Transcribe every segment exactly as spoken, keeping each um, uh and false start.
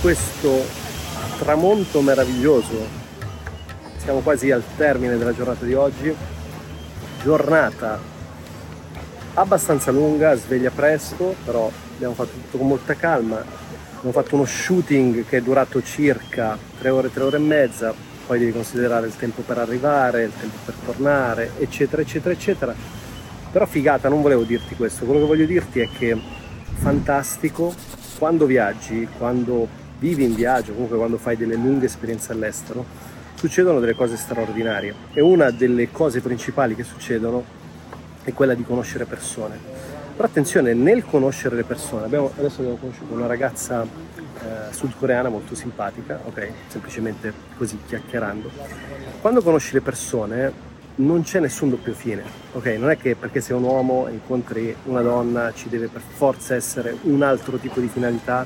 questo tramonto meraviglioso. Siamo quasi al termine della giornata di oggi, giornata abbastanza lunga, sveglia presto, però abbiamo fatto tutto con molta calma. Abbiamo fatto uno shooting che è durato circa tre ore, tre ore e mezza, poi devi considerare il tempo per arrivare, il tempo per tornare, eccetera, eccetera, eccetera. Però figata, non volevo dirti questo, quello che voglio dirti è che fantastico, quando viaggi, quando vivi in viaggio, comunque quando fai delle lunghe esperienze all'estero, succedono delle cose straordinarie. E una delle cose principali che succedono è quella di conoscere persone. Però attenzione, nel conoscere le persone, abbiamo, adesso abbiamo conosciuto una ragazza eh, sudcoreana molto simpatica, ok? Semplicemente così, chiacchierando. Quando conosci le persone non c'è nessun doppio fine, ok? Non è che perché sei un uomo e incontri una donna ci deve per forza essere un altro tipo di finalità.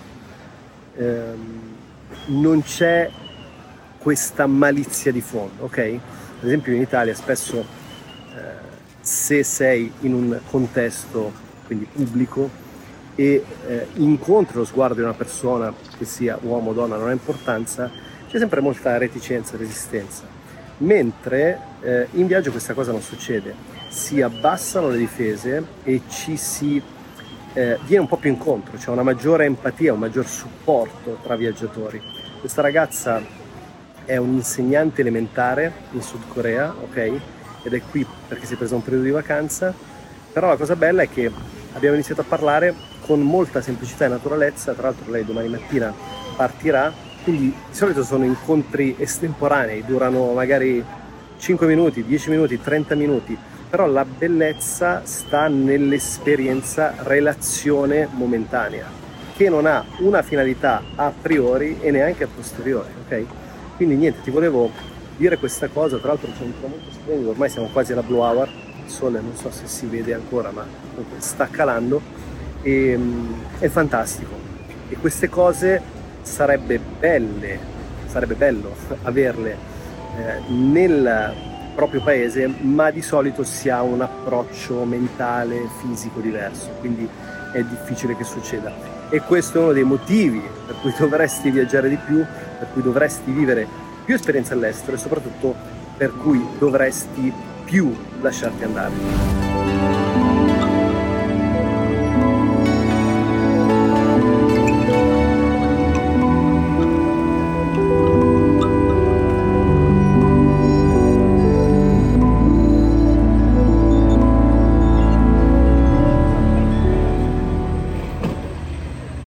Ehm, non c'è questa malizia di fondo, ok? Ad esempio in Italia spesso eh, se sei in un contesto quindi pubblico e eh, incontri lo sguardo di una persona, che sia uomo o donna non ha importanza, c'è sempre molta reticenza e resistenza, mentre eh, in viaggio questa cosa non succede, si abbassano le difese e ci si eh, viene un po' più incontro, c'è una maggiore empatia, un maggior supporto tra viaggiatori. Questa ragazza è un insegnante elementare in Sud Corea, ok? Ed è qui perché si è presa un periodo di vacanza, però la cosa bella è che abbiamo iniziato a parlare con molta semplicità e naturalezza. Tra l'altro lei domani mattina partirà, quindi di solito sono incontri estemporanei, durano magari cinque minuti, dieci minuti, trenta minuti, però la bellezza sta nell'esperienza relazione momentanea, che non ha una finalità a priori e neanche a posteriori, ok? Quindi niente, ti volevo dire questa cosa. Tra l'altro c'è un tramonto splendido, ormai siamo quasi alla blue hour, il sole non so se si vede ancora, ma comunque sta calando e è fantastico. E queste cose sarebbe belle, sarebbe bello averle eh, nel proprio paese, ma di solito si ha un approccio mentale, fisico diverso, quindi è difficile che succeda. E questo è uno dei motivi per cui dovresti viaggiare di più, per cui dovresti vivere più esperienze all'estero e soprattutto per cui dovresti più lasciarti andare.